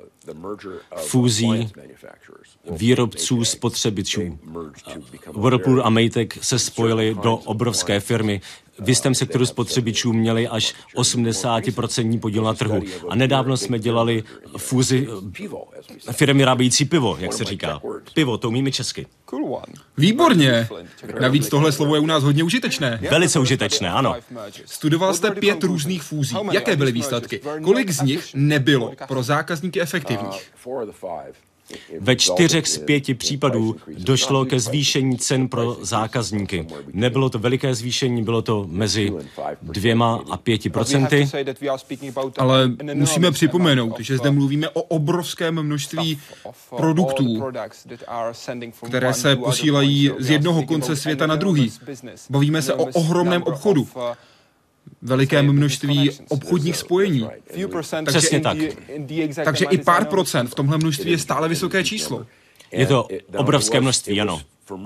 fúzí výrobců spotřebičů. Whirlpool a Maytag se spojili do obrovské firmy. V jistém sektoru spotřebičů měli až osmdesát procent podíl na trhu. A nedávno jsme dělali fúzi firmy vyrábějící pivo, jak se říká. Pivo, to umíme česky. Výborně. Navíc tohle slovo je u nás hodně užitečné. Velice užitečné, ano. Studoval jste pět různých fúzí. Jaké byly výsledky? Kolik z nich nebylo pro zákazníky efektivních? Ve čtyřech z pěti případů došlo ke zvýšení cen pro zákazníky. Nebylo to veliké zvýšení, bylo to mezi dvěma a pěti procenty. Ale musíme připomenout, že zde mluvíme o obrovském množství produktů, které se posílají z jednoho konce světa na druhý. Bavíme se o ohromném obchodu. Velikém množství obchodních spojení. Přesně tak. Takže i pár procent v tomhle množství je stále vysoké číslo. Je to obrovské množství, ano.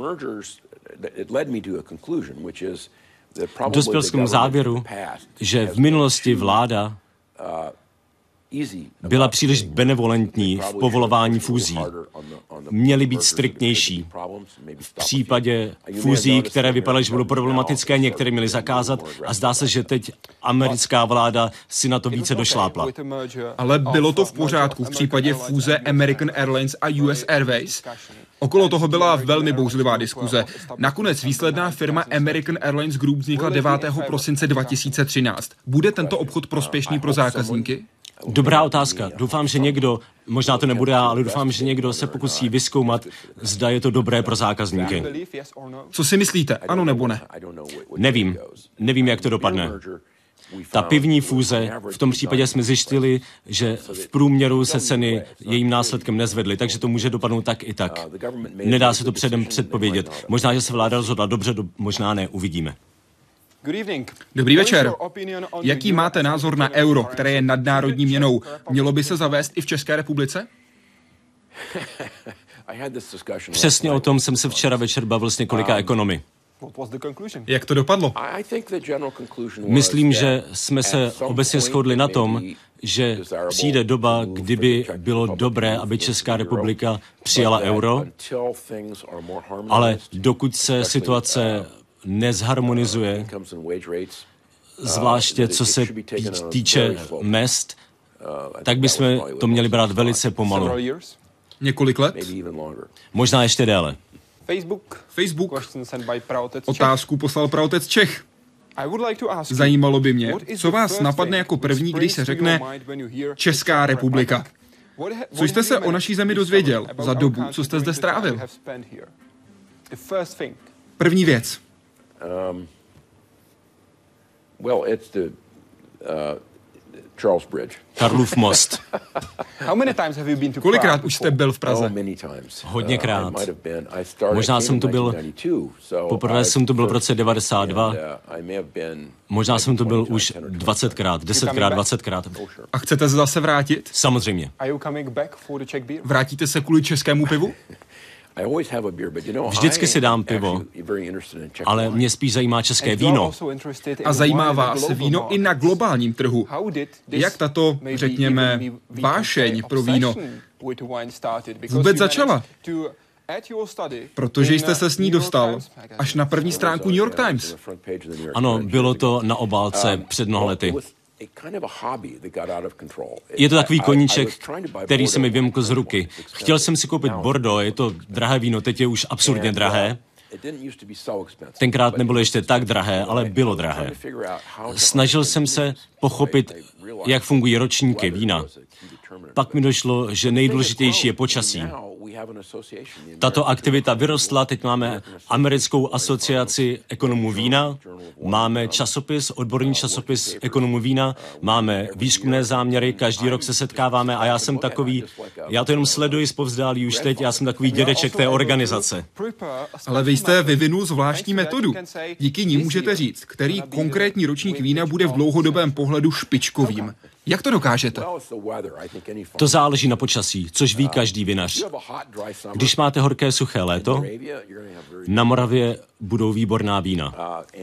Dospěl jsem k závěru, že v minulosti vláda byla příliš benevolentní v povolování fúzí. Měly být striktnější. V případě fúzí, které vypadaly, že budou problematické, některé měly zakázat a zdá se, že teď americká vláda si na to více došlápla. Ale bylo to v pořádku v případě fúze American Airlines a U S Airways? Okolo toho byla velmi bouřlivá diskuze. Nakonec výsledná firma American Airlines Group vznikla devátého prosince dva tisíce třináct. Bude tento obchod prospěšný pro zákazníky? Dobrá otázka. Doufám, že někdo, možná to nebude já, ale doufám, že někdo se pokusí vyzkoumat, zda je to dobré pro zákazníky. Co si myslíte, ano nebo ne? Nevím. Nevím, jak to dopadne. Ta pivní fúze, v tom případě jsme zjistili, že v průměru se ceny jejím následkem nezvedly, takže to může dopadnout tak i tak. Nedá se to předem předpovědět. Možná, že se vláda rozhodla dobře, do, možná ne, uvidíme. Dobrý večer. Jaký máte názor na euro, které je nadnárodní měnou? Mělo by se zavést i v České republice? Přesně o tom jsem se včera večer bavil s několika ekonomy. Jak to dopadlo? Myslím, že jsme se obecně shodli na tom, že přijde doba, kdyby bylo dobré, aby Česká republika přijala euro, ale dokud se situace nezharmonizuje, zvláště co se týče mezd, tak bychom to měli brát velice pomalu. Několik let? Možná ještě déle. Facebook. Otázku poslal Praotec Čech. Zajímalo by mě, co vás napadne jako první, když se řekne Česká republika. Co jste se o naší zemi dozvěděl za dobu, co jste zde strávil? První věc. Um, well, it's the uh, Charles Bridge. Karlův most. Kolikrát už jste byl v Praze? Hodněkrát. Možná jsem tu byl, poprvé jsem tu byl v roce devadesát dva, možná jsem tu byl už dvacetkrát, desetkrát, dvacetkrát. A chcete se zase vrátit? Samozřejmě. Vrátíte se kvůli českému pivu? Vždycky si dám pivo, ale mě spíš zajímá české víno. A zajímá vás víno i na globálním trhu. Jak tato, řekněme, vášeň pro víno vůbec začala? Protože jste se s ní dostal až na první stránku New York Times. Ano, bylo to na obálce před mnoha lety. Je to takový koníček, který se mi vymkl z ruky. Chtěl jsem si koupit Bordeaux, je to drahé víno, teď je už absurdně drahé. Tenkrát nebylo ještě tak drahé, ale bylo drahé. Snažil jsem se pochopit, jak fungují ročníky vína. Pak mi došlo, že nejdůležitější je počasí. Tato aktivita vyrostla, teď máme americkou asociaci ekonomů vína, máme časopis, odborný časopis ekonomů vína, máme výzkumné záměry, každý rok se setkáváme a já jsem takový, já to jenom sleduji zpovzdálí už teď, já jsem takový dědeček té organizace. Ale vy jste vyvinul zvláštní metodu. Díky ní můžete říct, který konkrétní ročník vína bude v dlouhodobém pohledu špičkovým. Jak to dokážete? To záleží na počasí, což ví každý vinař. Když máte horké suché léto, na Moravě budou výborná vína.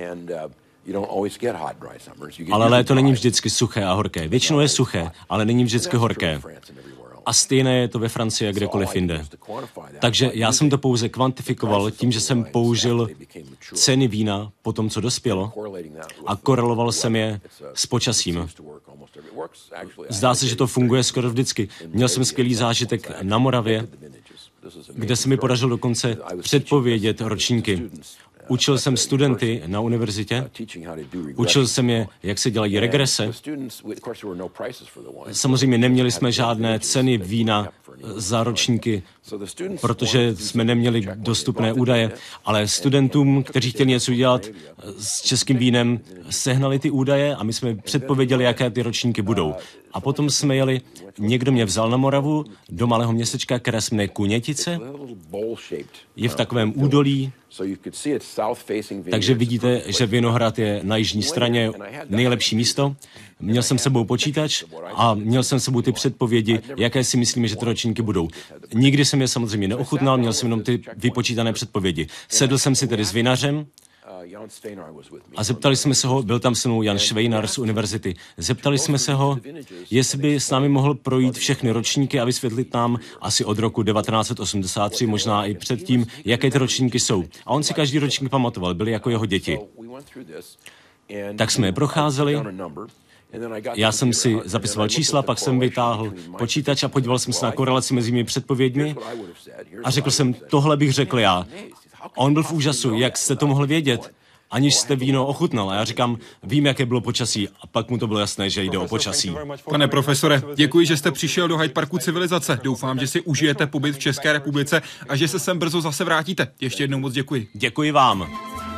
Ale léto není vždycky suché a horké. Většinou je suché, ale není vždycky horké. A stejné je to ve Francii a kdekoliv jinde. Takže já jsem to pouze kvantifikoval tím, že jsem použil ceny vína po tom, co dospělo, a koreloval jsem je s počasím. Zdá se, že to funguje skoro vždycky. Měl jsem skvělý zážitek na Moravě, kde se mi podařilo dokonce předpovědět ročníky. Učil jsem studenty na univerzitě, učil jsem je, jak se dělají regrese. Samozřejmě neměli jsme žádné ceny vína za ročníky, protože jsme neměli dostupné údaje, ale studentům, kteří chtěli něco dělat s českým vínem, sehnali ty údaje a my jsme předpověděli, jaké ty ročníky budou. A potom jsme jeli, někdo mě vzal na Moravu do malého městečka, které se jmenuje Kunětice, je v takovém údolí, takže vidíte, že Vinohrad je na jižní straně, nejlepší místo. Měl jsem s sebou počítač a měl jsem s sebou ty předpovědi, jaké si myslíme, že ty ročníky budou. Nikdy jsem je samozřejmě neochutnal, měl jsem jenom ty vypočítané předpovědi. Sedl jsem si tedy s vinařem a zeptali jsme se ho, byl tam se mnou Jan Švejnar z univerzity, zeptali jsme se ho, jestli by s námi mohl projít všechny ročníky a vysvětlit nám asi od roku devatenáct set osmdesát tři, možná i předtím, jaké ty ročníky jsou. A on si každý ročník pamatoval, byli jako jeho děti. Tak jsme je procházeli. Já jsem si zapisoval čísla, pak jsem vytáhl počítač a podíval jsem se na korelaci mezi mými předpověďmi a řekl jsem, tohle bych řekl já. A on byl v úžasu, jak jste to mohl vědět, aniž jste víno ochutnal. A já říkám, vím, jaké bylo počasí. A pak mu to bylo jasné, že jde o počasí. Pane profesore, děkuji, že jste přišel do Hyde Parku Civilizace. Doufám, že si užijete pobyt v České republice a že se sem brzo zase vrátíte. Ještě jednou moc děkuji. Děkuji vám.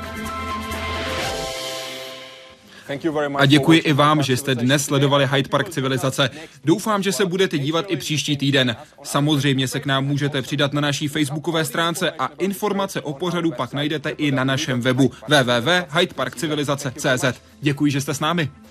A děkuji i vám, že jste dnes sledovali Hyde Park Civilizace. Doufám, že se budete dívat i příští týden. Samozřejmě se k nám můžete přidat na naší facebookové stránce a informace o pořadu pak najdete i na našem webu w w w tečka hyde park civilizace tečka c z. Děkuji, že jste s námi.